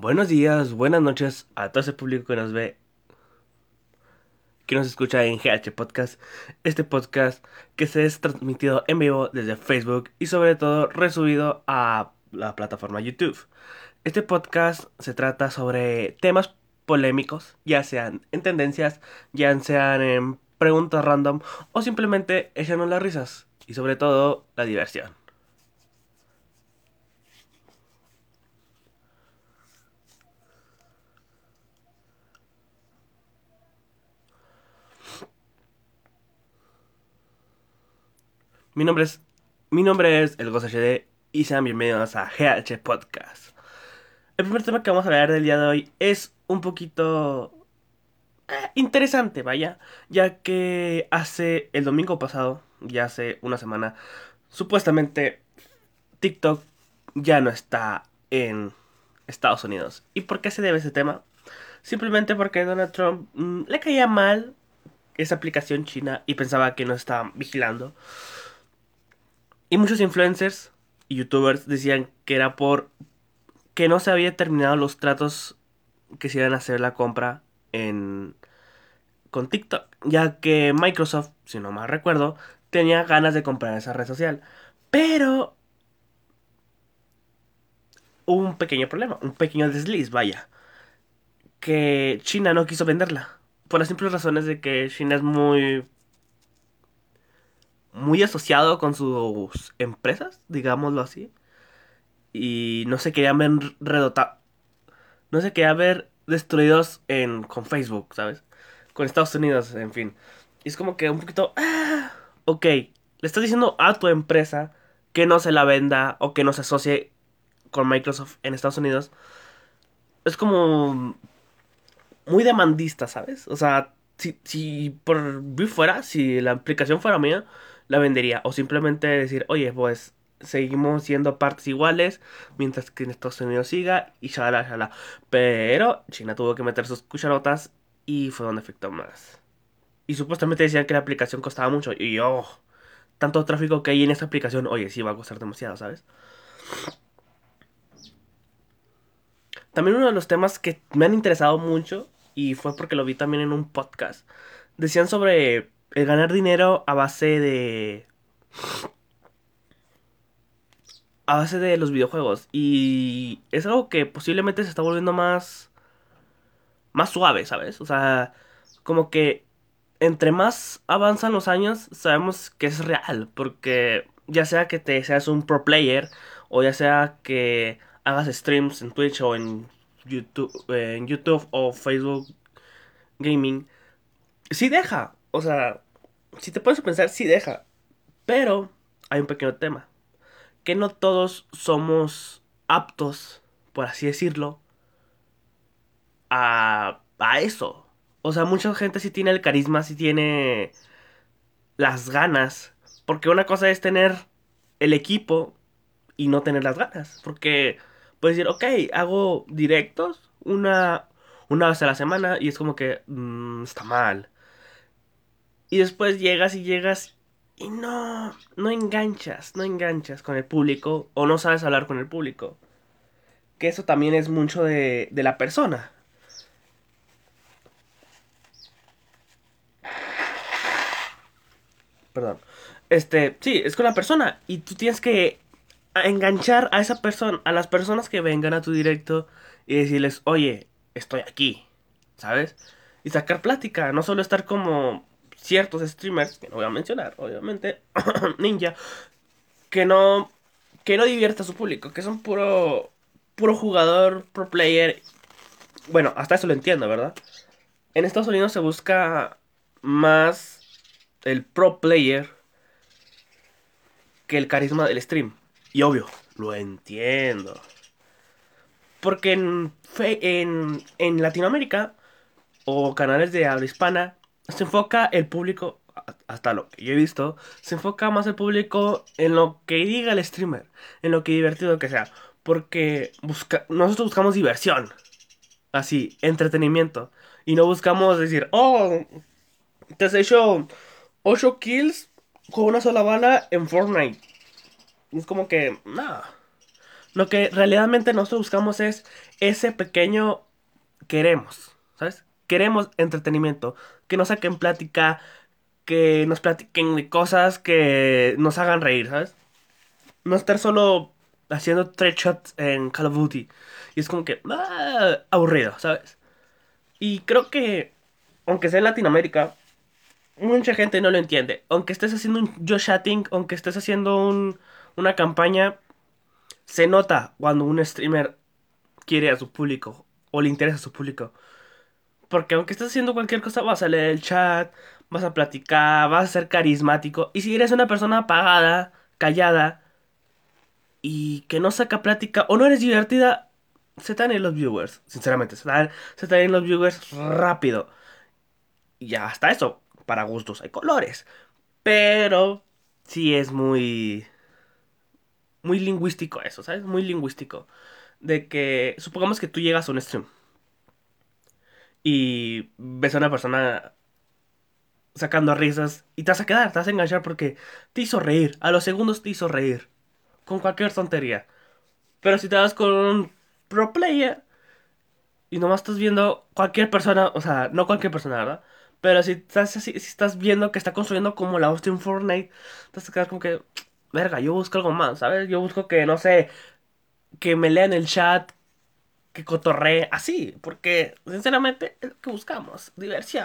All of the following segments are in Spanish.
Buenos días, buenas noches a todo ese público que nos ve, que nos escucha en GH Podcast. Este podcast que se es transmitido en vivo desde Facebook y sobre todo resubido a la plataforma YouTube. Este podcast se trata sobre temas polémicos, ya sean en tendencias, ya sean en preguntas random o simplemente echarnos las risas y sobre todo la diversión. Mi nombre es, mi nombre es El Gozo HD y sean bienvenidos a GH Podcast. El primer tema que vamos a hablar del día de hoy es un poquito interesante, vaya, ya que hace el domingo pasado, ya hace una semana, supuestamente TikTok ya no está en Estados Unidos. ¿Y por qué se debe ese tema? Simplemente porque Donald Trump le caía mal esa aplicación china y pensaba que no estaban vigilando. Y muchos influencers y youtubers decían que era por que no se había terminado los tratos que se iban a hacer la compra en con TikTok, ya que Microsoft, si no mal recuerdo, tenía ganas de comprar esa red social. Pero hubo un pequeño problema, un pequeño desliz, vaya, que China no quiso venderla. Por las simples razones de que China es muy asociado con sus empresas, digámoslo así, y no se querían ver no se querían ver destruidos con Facebook, ¿sabes? Con Estados Unidos, en fin. Y es como que un poquito, ok, le estás diciendo a tu empresa que no se la venda o que no se asocie con Microsoft en Estados Unidos. Es como muy demandista, ¿sabes? O sea, si por mí fuera, si la aplicación fuera mía, la vendería. O simplemente decir, oye, pues seguimos siendo partes iguales, mientras que en Estados Unidos siga y shala, shala. Pero China tuvo que meter sus cucharotas y fue donde afectó más. Y supuestamente decían que la aplicación costaba mucho. Y yo, tanto tráfico que hay en esta aplicación, oye, sí va a costar demasiado, ¿sabes? También uno de los temas que me han interesado mucho, y fue porque lo vi también en un podcast, decían sobre el ganar dinero a base de los videojuegos. Y es algo que posiblemente se está volviendo más suave, ¿sabes? O sea, como que entre más avanzan los años, sabemos que es real, porque ya sea que te seas un pro player o ya sea que hagas streams en Twitch o en YouTube o Facebook Gaming, sí deja, o sea, si te pones a pensar, sí deja, pero hay un pequeño tema, que no todos somos aptos, por así decirlo, a eso. O sea, mucha gente sí tiene el carisma, sí tiene las ganas. Porque una cosa es tener el equipo y no tener las ganas. Porque puedes decir, ok, hago directos una vez a la semana y es como que está mal. Y después llegas y no enganchas con el público o no sabes hablar con el público. Que eso también es mucho de la persona. Perdón. Sí, es con la persona. Y tú tienes que enganchar a esa persona, a las personas que vengan a tu directo y decirles, oye, estoy aquí, ¿sabes? Y sacar plática, no solo estar como ciertos streamers, que no voy a mencionar, obviamente, ninja, que no, que no divierta a su público, que son puro jugador, pro player. Bueno, hasta eso lo entiendo, ¿verdad? En Estados Unidos se busca más el pro player que el carisma del stream. Y obvio, lo entiendo. Porque en Latinoamérica o canales de habla hispana se enfoca el público, hasta lo que yo he visto, se enfoca más el público en lo que diga el streamer, en lo que divertido que sea. Porque nosotros buscamos diversión, así, entretenimiento. Y no buscamos decir, oh, te has hecho 8 kills con una sola bala en Fortnite. Es como que, nada. Lo que realmente nosotros buscamos es ese pequeño queremos, ¿sabes? Queremos entretenimiento, que nos saquen plática, que nos platiquen de cosas que nos hagan reír, ¿sabes? No estar solo haciendo tres shots en Call of Duty. Y es como que aburrido, ¿sabes? Y creo que, aunque sea en Latinoamérica, mucha gente no lo entiende. Aunque estés haciendo un Just Chatting, aunque estés haciendo una campaña, se nota cuando un streamer quiere a su público o le interesa a su público. Porque aunque estés haciendo cualquier cosa, vas a leer el chat, vas a platicar, vas a ser carismático. Y si eres una persona apagada, callada y que no saca plática o no eres divertida, se te dan en los viewers. Sinceramente, se te dan en los viewers rápido. Y ya hasta eso, para gustos hay colores. Pero sí es muy lingüístico eso, ¿sabes? Muy lingüístico. De que, supongamos que tú llegas a un stream y ves a una persona sacando risas y te vas a quedar, te vas a enganchar porque te hizo reír. A los segundos te hizo reír. Con cualquier tontería. Pero si te vas con un pro player y nomás estás viendo cualquier persona, o sea, no cualquier persona, ¿verdad? Pero si estás así, si estás viendo que está construyendo como la hostia en Fortnite, te vas a quedar como que, verga, yo busco algo más, ¿sabes? Yo busco que, no sé, que me lean el chat, que cotorree, así, porque sinceramente es lo que buscamos, diversión.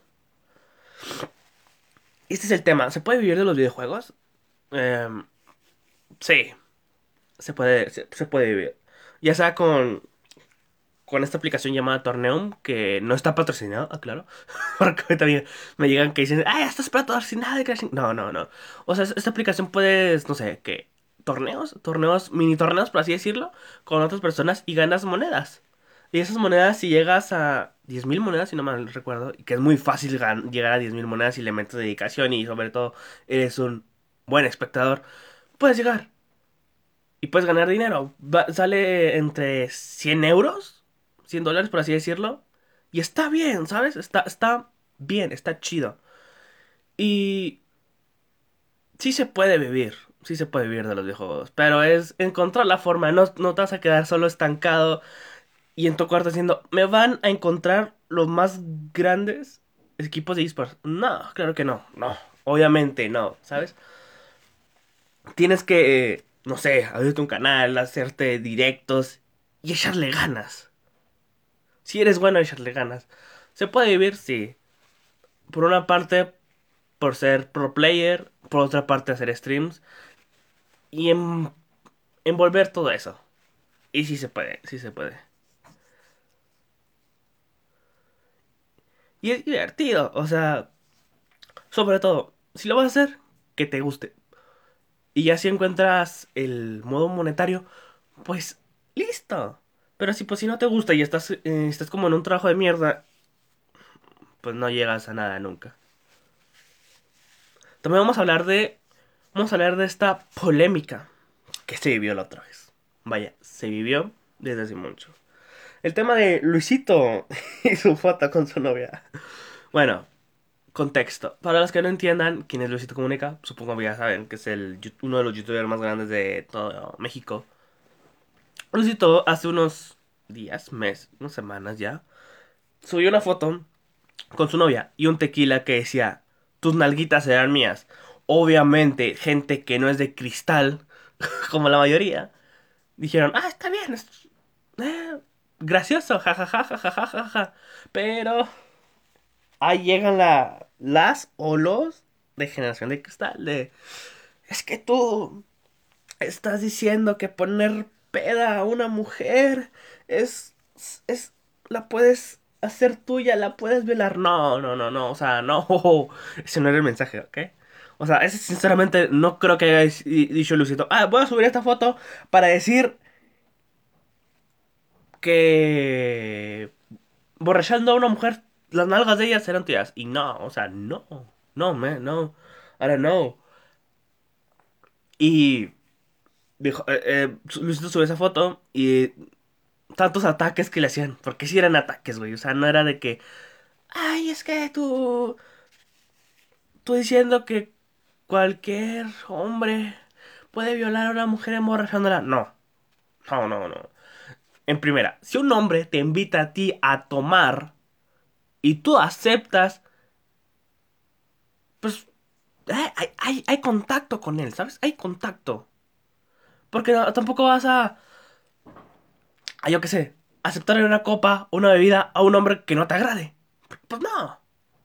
Este es el tema, ¿se puede vivir de los videojuegos? Em, sí, se puede vivir. Ya sea con esta aplicación llamada Torneum, que no está patrocinada, claro. Porque ahorita me llegan que dicen, ¡ay, estás patrocinada de Crash! No, no, no. O sea, esta aplicación puedes, no sé, ¿qué? Torneos, mini torneos, por así decirlo, con otras personas y ganas monedas. Y esas monedas, si llegas a 10.000 monedas, si no mal recuerdo, y que es muy fácil llegar a 10.000 monedas si le metes dedicación y sobre todo eres un buen espectador, puedes llegar y puedes ganar dinero. Sale entre 100 euros, 100 dólares por así decirlo. Y está bien, ¿sabes? Está bien, está chido. Y sí se puede vivir de los videojuegos. Pero es encontrar la forma, no te vas a quedar solo estancado y en tu cuarto diciendo, me van a encontrar los más grandes equipos de esports. No, claro que no, no. Obviamente no, ¿sabes? Tienes que, no sé, abrirte un canal, hacerte directos y echarle ganas. Si eres bueno, echarle ganas. ¿Se puede vivir? Sí. Por una parte, por ser pro player, por otra parte, hacer streams y envolver todo eso. Y sí se puede, sí se puede. Y es divertido, o sea, sobre todo, si lo vas a hacer, que te guste. Y ya si encuentras el modo monetario, pues listo. Pero si pues si no te gusta y estás como en un trabajo de mierda, pues no llegas a nada nunca. También vamos a hablar de esta polémica que se vivió la otra vez. Vaya, se vivió desde hace mucho. El tema de Luisito y su foto con su novia. Bueno, contexto. Para los que no entiendan quién es Luisito Comunica, supongo que ya saben que es uno de los youtubers más grandes de todo México. Luisito hace unos días, meses, unas semanas ya, subió una foto con su novia y un tequila que decía, tus nalguitas serán mías. Obviamente, gente que no es de cristal, como la mayoría, dijeron, está bien, eh, gracioso, jajaja, jajaja. Pero ahí llegan las o los de generación de cristal, es que tú estás diciendo que poner peda a una mujer es, es, la puedes hacer tuya, la puedes violar. No, no, no, no, o sea, no, ese no era el mensaje, ¿ok? O sea, ese sinceramente no creo que haya dicho Lucito, voy a subir esta foto para decir que borrachando a una mujer, las nalgas de ella serán tuyas. Y no, o sea, no, no, man, no, I don't know. Y dijo, Luisito subió esa foto y tantos ataques que le hacían, porque sí eran ataques, güey, o sea, no era de que, ay, es que tú diciendo que cualquier hombre puede violar a una mujer emborrachándola. No, No, no, no. En primera, si un hombre te invita a ti a tomar y tú aceptas, pues hay contacto con él, ¿sabes? Hay contacto. Porque tampoco vas yo qué sé, aceptarle una copa, una bebida a un hombre que no te agrade. Pues no,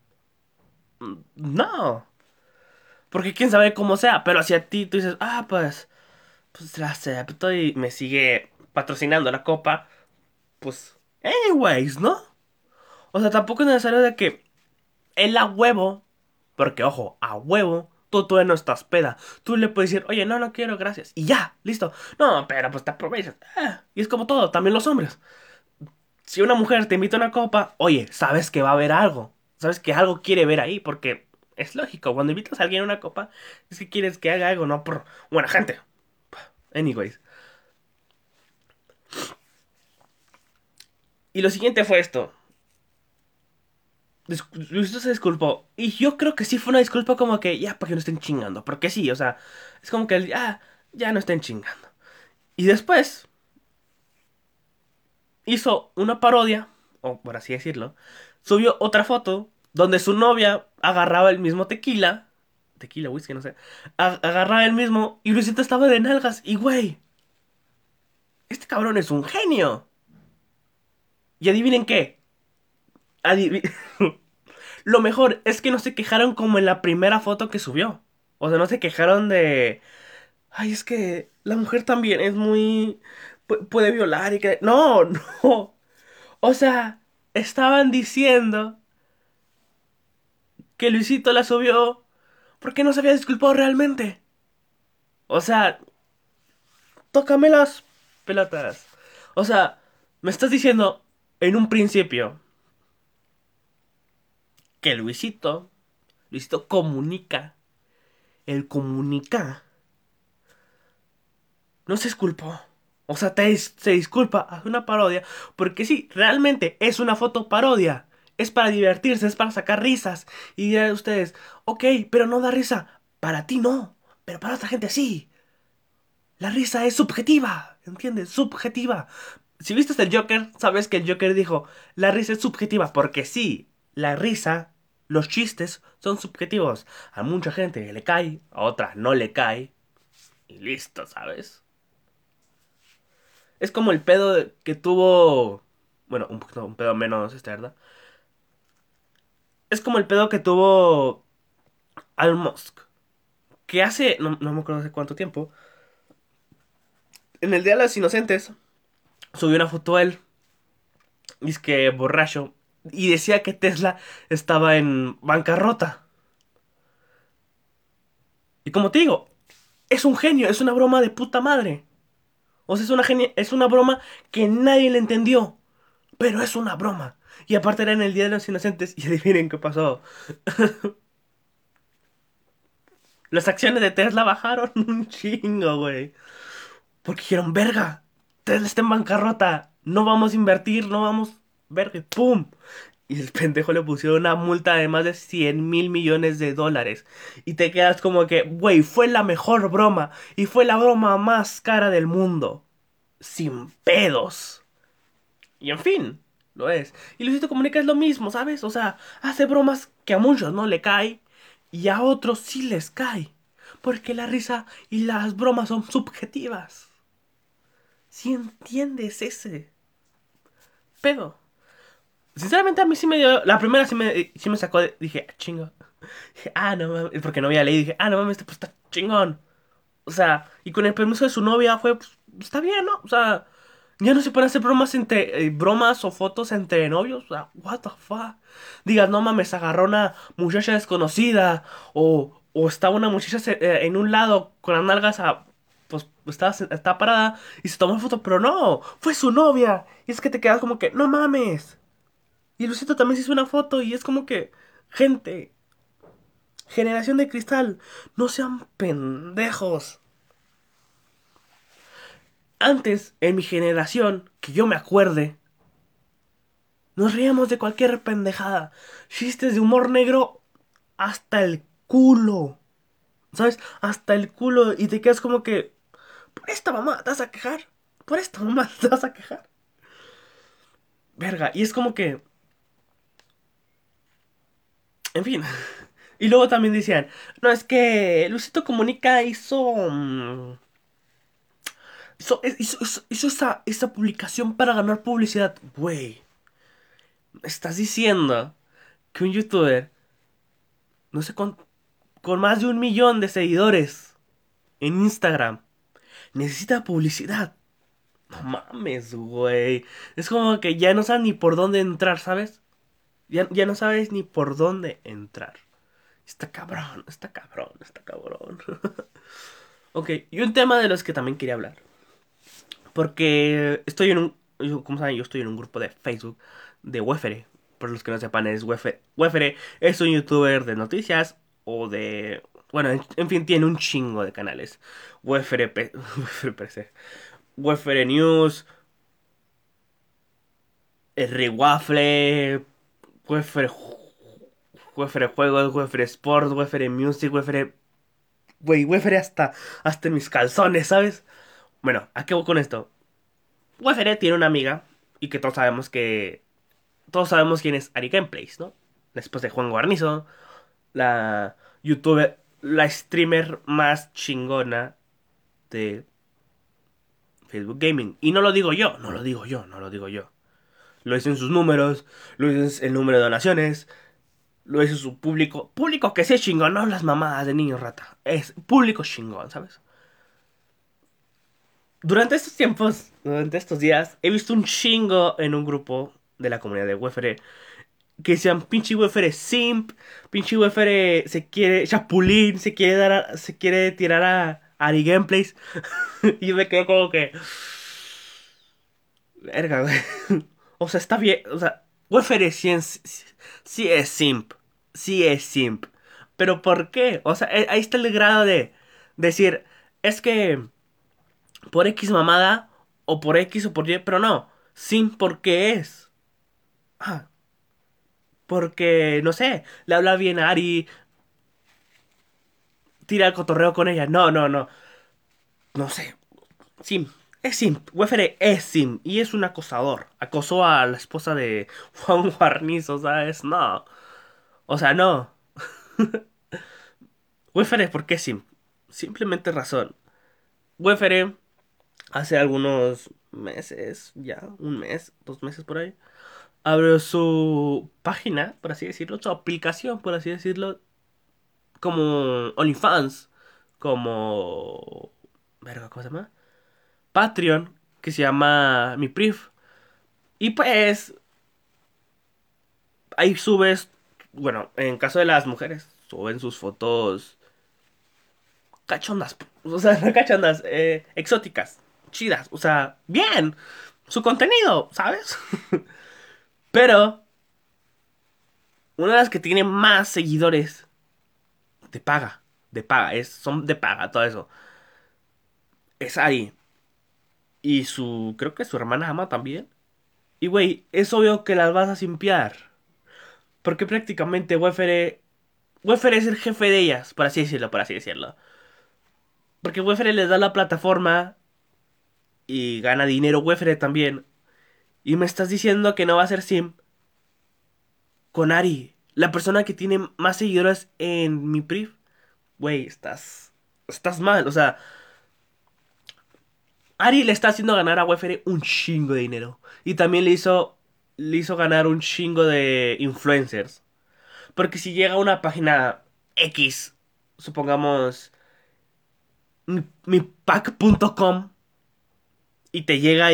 no. Porque quién sabe cómo sea, pero si a ti tú dices, pues la acepto y me sigue patrocinando la copa, pues, anyways, ¿no? O sea, tampoco es necesario de que él a huevo, porque ojo, a huevo, tú no estás peda. Tú le puedes decir, oye, no, no quiero, gracias. Y ya, listo. No, pero pues te aprovechas. Y es como todo, también los hombres. Si una mujer te invita a una copa, oye, sabes que va a haber algo. Sabes que algo quiere ver ahí, porque es lógico. Cuando invitas a alguien a una copa, es que quieres que haga algo, no por buena gente. Anyways. Y lo siguiente fue esto. Luisito se disculpó. Y yo creo que sí fue una disculpa como que, ya, para que no estén chingando. Porque sí, o sea, es como que, ya no estén chingando. Y después hizo una parodia, o por así decirlo. Subió otra foto donde su novia agarraba el mismo tequila, whisky, no sé. Agarraba el mismo y Luisito estaba de nalgas. Y güey, este cabrón es un genio. Y adivinen qué. Adivi- Lo mejor es que no se quejaron como en la primera foto que subió. O sea, no se quejaron de... Ay, es que la mujer también es muy... puede violar y que... No, no. O sea, estaban diciendo que Luisito la subió porque no se había disculpado realmente. O sea, tócame las pelotas. O sea, me estás diciendo en un principio que Luisito comunica. El comunica no se disculpó. O sea, se disculpa, hace una parodia. Porque sí, realmente es una foto parodia. Es para divertirse, es para sacar risas. Y dirán ustedes, ok, pero no da risa. Para ti no, pero para otra gente sí. La risa es subjetiva, ¿entiendes? Subjetiva. Si viste el Joker, sabes que el Joker dijo, la risa es subjetiva. Porque sí, la risa, los chistes son subjetivos. A mucha gente le cae, a otra no le cae. Y listo, ¿sabes? Es como el pedo que tuvo. Bueno, un pedo menos, ¿verdad? Es como el pedo que tuvo Elon Musk. Que hace. No me acuerdo hace cuánto tiempo. En el Día de los Inocentes. Subió una foto a él. Y es que borracho. Y decía que Tesla estaba en bancarrota. Y como te digo, es un genio, es una broma de puta madre. O sea, es una broma que nadie le entendió. Pero es una broma. Y aparte era en el Día de los Inocentes. Y adivinen qué pasó. Las acciones de Tesla bajaron un chingo, güey. Porque dijeron, verga, Tesla está en bancarrota. No vamos a invertir, no vamos. Verga, y ¡pum! Y el pendejo le pusieron una multa de más de 100.000 millones de dólares. Y te quedas como que, güey, fue la mejor broma. Y fue la broma más cara del mundo. Sin pedos. Y en fin, lo es. Y Luisito Comunica es lo mismo, ¿sabes? O sea, hace bromas que a muchos no le cae y a otros sí les cae. Porque la risa y las bromas son subjetivas. Si entiendes ese pedo. Sinceramente a mí sí me dio... La primera sí me sacó dije, chingo. Dije, no mames. Porque no había leído. Dije, no mames, este pues está chingón. O sea, y con el permiso de su novia fue, pues, está bien, ¿no? O sea, ya no se pueden hacer bromas o fotos entre novios. O sea, what the fuck. Digas, no mames, agarró una muchacha desconocida. O estaba una muchacha en un lado con las nalgas pues estaba parada y se tomó foto, pero no, fue su novia. Y es que te quedas como que, no mames. Y Lucito también se hizo una foto y es como que, gente, generación de cristal, no sean pendejos. Antes, en mi generación, que yo me acuerde, nos reíamos de cualquier pendejada. Chistes de humor negro hasta el culo. ¿Sabes? Hasta el culo. Y te quedas como que... ¿Por esta mamá te vas a quejar? Por esto nomás te vas a quejar. Verga, y es como que... En fin. Y luego también decían, no, es que Luisito Comunica hizo esa publicación para ganar publicidad. Güey, estás diciendo que un youtuber, no sé, con más de 1 millón de seguidores en Instagram, necesita publicidad. No mames, güey. Es como que ya no sabes ni por dónde entrar, ¿sabes? Ya no sabes ni por dónde entrar. Está cabrón, está cabrón, está cabrón. Ok, y un tema de los que también quería hablar. Porque estoy en como saben, yo estoy en un grupo de Facebook de Wefere. Por los que no sepan, es Wefere. Wefere es un youtuber de noticias o de... Bueno, en fin, tiene un chingo de canales. Wefere, Wefere PC, Wefere News, Rewafle, Wefere, Wefere Juegos, Wefere Sports, Wefere Music, Wefere... Wey, Wefere hasta en mis calzones, ¿sabes? Bueno, ¿a qué voy con esto? Wefere tiene una amiga y que todos sabemos quién es Ari Gameplays, ¿no? Después de Juan Guarnizo, la youtuber, la streamer más chingona de Facebook Gaming. Y no lo digo yo, no lo digo yo, no lo digo yo. Lo dicen sus números, lo dicen el número de donaciones, lo dice su público. Público que sea chingón, no las mamadas de niño rata. Es público chingón, ¿sabes? Durante estos tiempos, durante estos días, he visto un chingo en un grupo de la comunidad de Wefere que decían pinche Wefere simp, pinche Wefere se quiere chapulín, se quiere tirar a Ari Gameplays. Y yo me quedo como que, verga, güey. O sea, está bien, o sea, Wefere sí es simp, sí es simp. Pero ¿por qué? O sea, ahí está el grado de decir, es que por X mamada o por X o por Y, pero no, simp porque es. Ah, porque, no sé, le habla bien a Ari, tira el cotorreo con ella. No, no, no. No sé. Sim. Es Sim. Wefere es Sim. Y es un acosador. Acosó a la esposa de Juan Guarnizo, ¿sabes? No. O sea, no. Wefere, ¿por qué Sim? Simplemente razón. Wefere, hace algunos meses, ya, 1 mes, 2 meses por ahí, abrió su página, por así decirlo, su aplicación, por así decirlo, como OnlyFans, como... Verga, ¿cómo se llama? Patreon, que se llama Mi Priv. Y pues ahí subes, bueno, en caso de las mujeres, suben sus fotos cachondas, o sea, no cachondas, exóticas, chidas, o sea, bien, su contenido, ¿sabes? Pero una de las que tiene más seguidores, de paga, son de paga, todo eso, es Ari. Y creo que su hermana ama también. Y güey, es obvio que las vas a simpiar. Porque prácticamente Wefere es el jefe de ellas, por así decirlo, por así decirlo. Porque Wefere les da la plataforma y gana dinero Wefere también. Y me estás diciendo que no va a ser Sim con Ari, la persona que tiene más seguidores en mi priv. Güey, estás mal. O sea, Ari le está haciendo ganar a Wefere un chingo de dinero. Y también le hizo ganar un chingo de influencers. Porque si llega a una página X, supongamos mipack.com, y te llega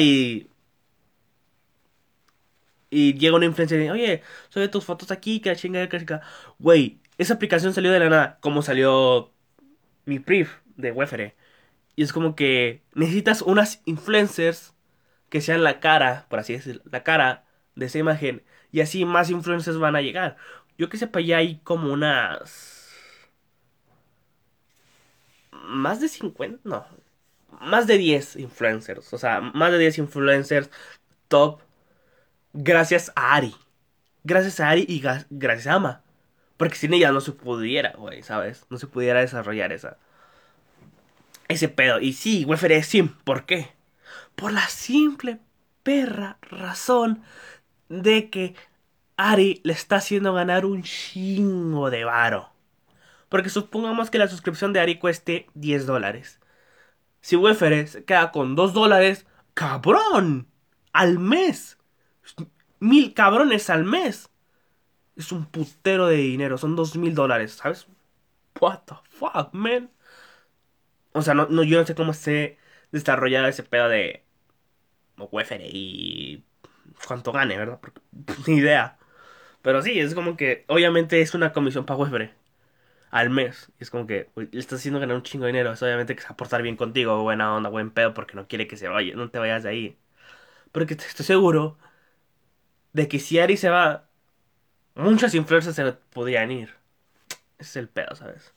y llega una influencer y dice, oye, soy de tus fotos aquí, que la chingada, que la chingada. Güey, esa aplicación salió de la nada, como salió mi Priv de Wefere. Y es como que necesitas unas influencers que sean la cara, por así decirlo, la cara de esa imagen. Y así más influencers van a llegar. Yo que sepa, ya hay como unas... Más de 50 no. Más de 10 influencers. O sea, más de 10 influencers top gracias a Ari. Gracias a Ari y gracias a Ama. Porque sin ella no se pudiera, güey, ¿sabes? No se pudiera desarrollar ese pedo. Y sí, Wefere es Sim. ¿Por qué? Por la simple perra razón de que Ari le está haciendo ganar un chingo de varo. Porque supongamos que la suscripción de Ari cueste $10. Si Wefere se queda con $2, ¡cabrón! Al mes. 1000 cabrones al mes. Es un putero de dinero. Son $2000, ¿sabes? What the fuck, man. O sea, yo no sé cómo se desarrolla ese pedo de Wefere y cuánto gane, ¿verdad? Porque, ni idea. Pero sí, es como que obviamente es una comisión para Wefere al mes. Y es como que uy, le estás haciendo ganar un chingo de dinero. Es obviamente que se va a portar bien contigo, buena onda, buen pedo, porque no quiere que se vaya, no te vayas de ahí. Porque estoy seguro de que si Ari se va, muchas influencers se podrían ir. Ese es el pedo, ¿sabes?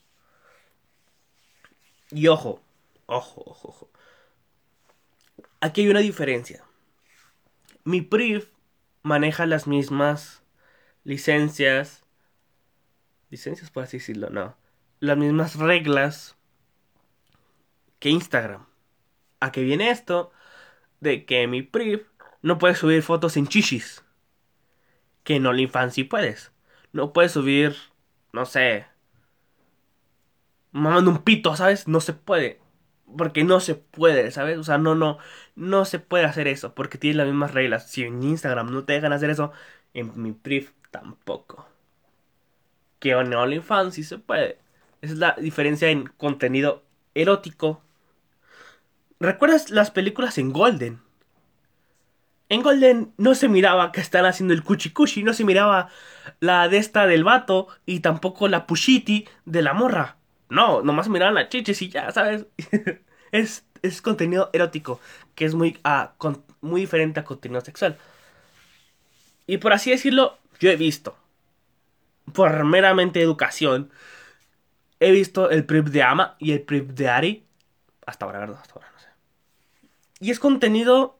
Y ojo, ojo. Aquí hay una diferencia. Mi PRIV maneja las mismas licencias. Licencias, por así decirlo, no. Las mismas reglas que Instagram. ¿A qué viene esto? De que mi PRIV no puede subir fotos en chichis. Que en OnlyFans sí puedes. No puedes subir, no sé, mamando un pito, ¿sabes? No se puede. Porque no se puede, ¿sabes? O sea, no se puede hacer eso. Porque tiene las mismas reglas. Si en Instagram no te dejan hacer eso, en mi PRIV tampoco. Que en OnlyFans sí se puede. Esa es la diferencia en contenido erótico. ¿Recuerdas las películas en Golden? En Golden no se miraba que están haciendo el cuchi cuchi, no se miraba la de esta del vato y tampoco la pushiti de la morra. No, nomás miraban las chiches y ya, ¿sabes? Es contenido erótico, que es muy diferente a contenido sexual. Y por así decirlo, yo he visto, por meramente educación, he visto el prip de Ama y el prip de Ari. Hasta ahora, ¿verdad? Hasta ahora, no sé. Y es contenido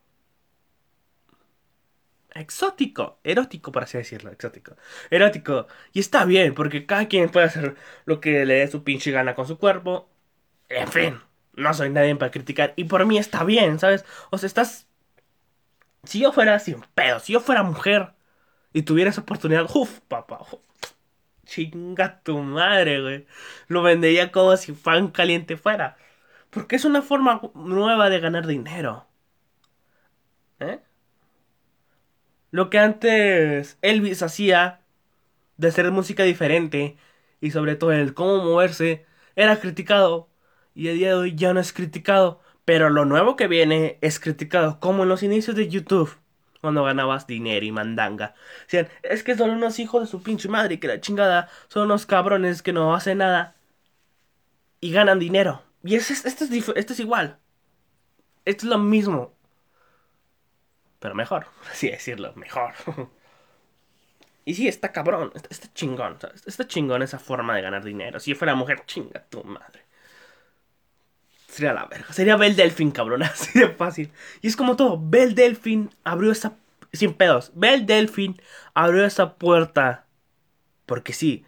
exótico, erótico, por así decirlo, exótico, erótico. Y está bien, porque cada quien puede hacer lo que le dé su pinche gana con su cuerpo. En fin, no soy nadie para criticar. Y por mí está bien, ¿sabes? O sea, estás... Si yo fuera sin pedo, si yo fuera mujer y tuviera esa oportunidad, uff, papá, uf, chinga tu madre, güey. Lo vendería como si pan caliente fuera. Porque es una forma nueva de ganar dinero. ¿Eh? Lo que antes Elvis hacía de hacer música diferente y sobre todo el cómo moverse era criticado y a día de hoy ya no es criticado, pero lo nuevo que viene es criticado como en los inicios de YouTube cuando ganabas dinero y mandanga. Decían, es que son unos hijos de su pinche madre y que la chingada son unos cabrones que no hacen nada y ganan dinero. Y esto es igual. Esto es lo mismo, pero mejor, por así decirlo, mejor. Y sí, está cabrón, está chingón, ¿sabes? Está chingón esa forma de ganar dinero. Si yo fuera mujer, chinga tu madre. Sería la verga. Sería Belle Delfin, cabrón, así de fácil. Y es como todo, Belle Delfin abrió esa... Sin pedos, Belle Delfin abrió esa puerta. Porque sí.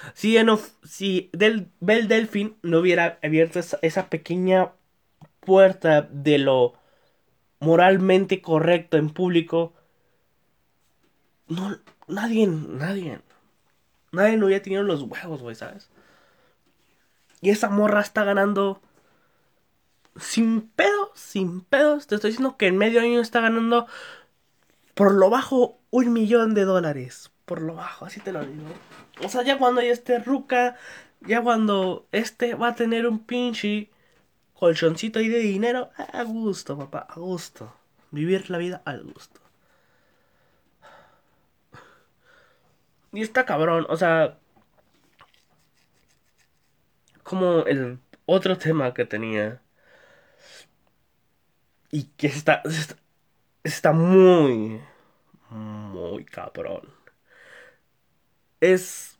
Si Belle Delfin no hubiera abierto esa pequeña puerta de lo moralmente correcto en público, no, nadie no hubiera tenido los huevos, güey, ¿sabes? Y esa morra está ganando sin pedos. Te estoy diciendo que en medio año está ganando por lo bajo $1 millón. Por lo bajo, así te lo digo. O sea, ya cuando ya esté ruca, ya cuando este va a tener un pinche colchoncito ahí de dinero, a gusto, papá, a gusto. Vivir la vida al gusto. Y está cabrón, o sea, como el otro tema que tenía y que está muy cabrón. Es,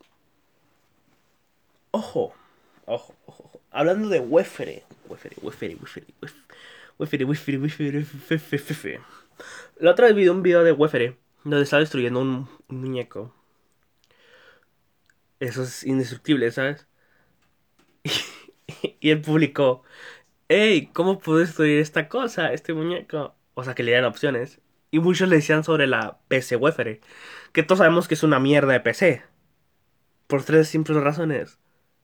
ojo, ojo. Hablando de Wefere. La otra vez vi un video de Wefere donde estaba destruyendo un muñeco. Eso es indestructible, ¿sabes? Y él publicó, hey, ¿cómo puedo destruir esta cosa, este muñeco? O sea, que le dieran opciones. Y muchos le decían sobre la PC Wefere. Que todos sabemos que es una mierda de PC. Por tres simples razones.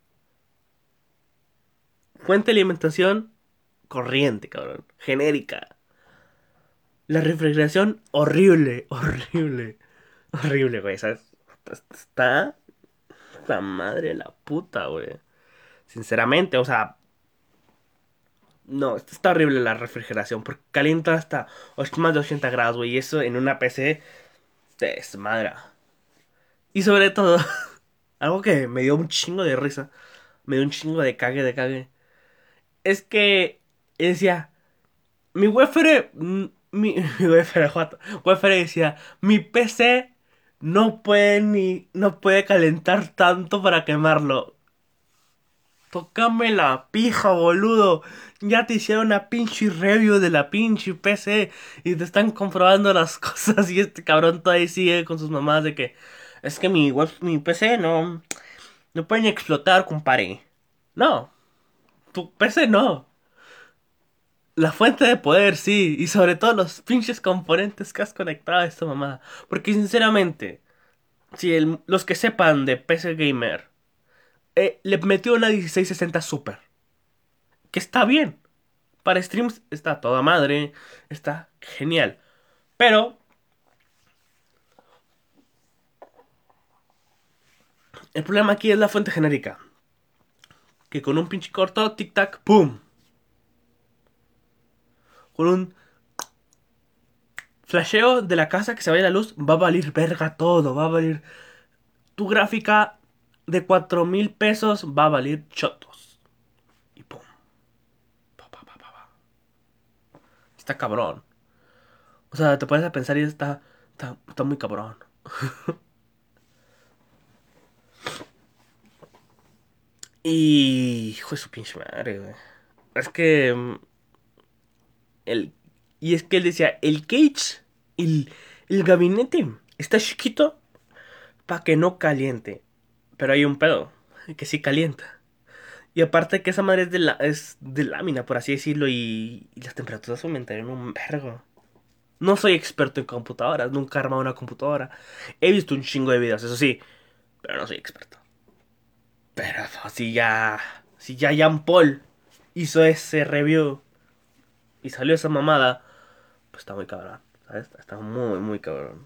Fuente de alimentación corriente, cabrón. Genérica. La refrigeración horrible, horrible. Horrible, güey. ¿Sabes? Está la madre de la puta, güey. Sinceramente, o sea, no, está horrible la refrigeración. Porque calienta hasta más de 80 grados, güey. Y eso en una PC te desmadra. Y sobre todo, algo que me dio un chingo de risa. Me dio un chingo de cague, de cague. Es que decía, mi Wefere, mi Wefere, Wefere decía, mi PC no puede calentar tanto para quemarlo. Tócame la pija, boludo. Ya te hicieron una pinche review de la pinche PC y te están comprobando las cosas y este cabrón todavía sigue con sus mamás de que es que mi PC no pueden explotar, compadre. No, tu PC no. La fuente de poder, sí, y sobre todo los pinches componentes que has conectado a esta mamada. Porque sinceramente, si los que sepan de PC Gamer, le metió una 1660 Super, que está bien. Para streams está toda madre, está genial. Pero el problema aquí es la fuente genérica. Que con un pinche corto, tic-tac, ¡pum! Con un flasheo de la casa que se vaya la luz, va a valer verga todo, va a valer... Tu gráfica de 4,000 pesos va a valer chotos. Y pum. Pa, pa, pa, pa, pa. Está cabrón. O sea, te pones a pensar y está muy cabrón. Y... Hijo de su pinche madre, güey. Es que... El, y es que él decía, el cage, el gabinete está chiquito para que no caliente. Pero hay un pedo, que sí calienta. Y aparte que esa madre es de lámina, por así decirlo, y las temperaturas aumentarían un vergo. No soy experto en computadoras, nunca he armado una computadora. He visto un chingo de videos, eso sí, pero no soy experto. Pero si ya Jean Paul hizo ese review y salió esa mamada, pues está muy cabrón, ¿sabes? Está muy, muy cabrón.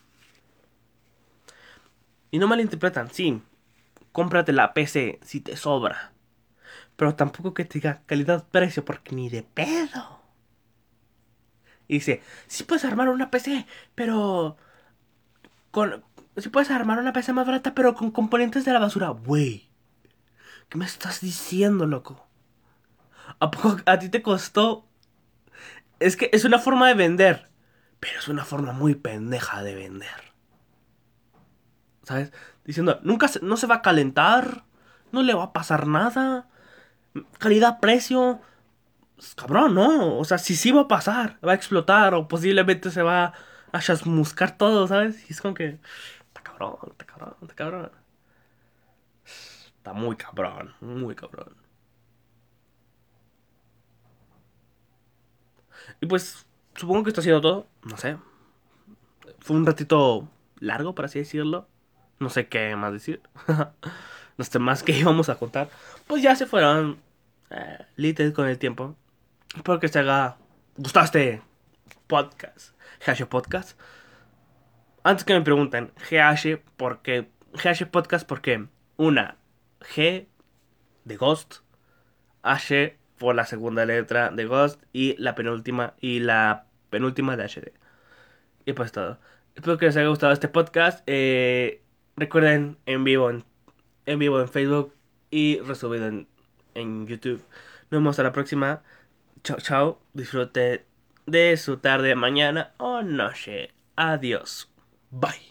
Y no malinterpretan, sí, cómprate la PC si te sobra. Pero tampoco que te diga calidad-precio, porque ni de pedo. Y dice, sí puedes armar una PC, pero... con... Sí puedes armar una PC más barata, pero con componentes de la basura. Güey, ¿qué me estás diciendo, loco? ¿A poco a ti te costó? Es que es una forma de vender, pero es una forma muy pendeja de vender. ¿Sabes? Diciendo, no se va a calentar, no le va a pasar nada. Calidad-precio, pues, cabrón, ¿no? O sea, si sí va a pasar, va a explotar o posiblemente se va a chasmuscar todo, ¿sabes? Y es como que, está cabrón, está cabrón, está cabrón. Está muy cabrón, muy cabrón. Y pues, supongo que esto ha sido todo, no sé. Fue un ratito largo, por así decirlo. No sé qué más decir. Los temas que íbamos a contar, pues ya se fueron literal con el tiempo. Espero que te haga gustar este podcast, GH Podcast. Antes que me pregunten, GH, ¿por qué? GH Podcast, porque una G de Ghost, H por la segunda letra de Ghost y la penúltima de HD. Y pues todo. Espero que les haya gustado este podcast. Recuerden en vivo en Facebook y resubido en YouTube. Nos vemos a la próxima. Chao, chao. Disfrute de su tarde, mañana o noche. Adiós. Bye.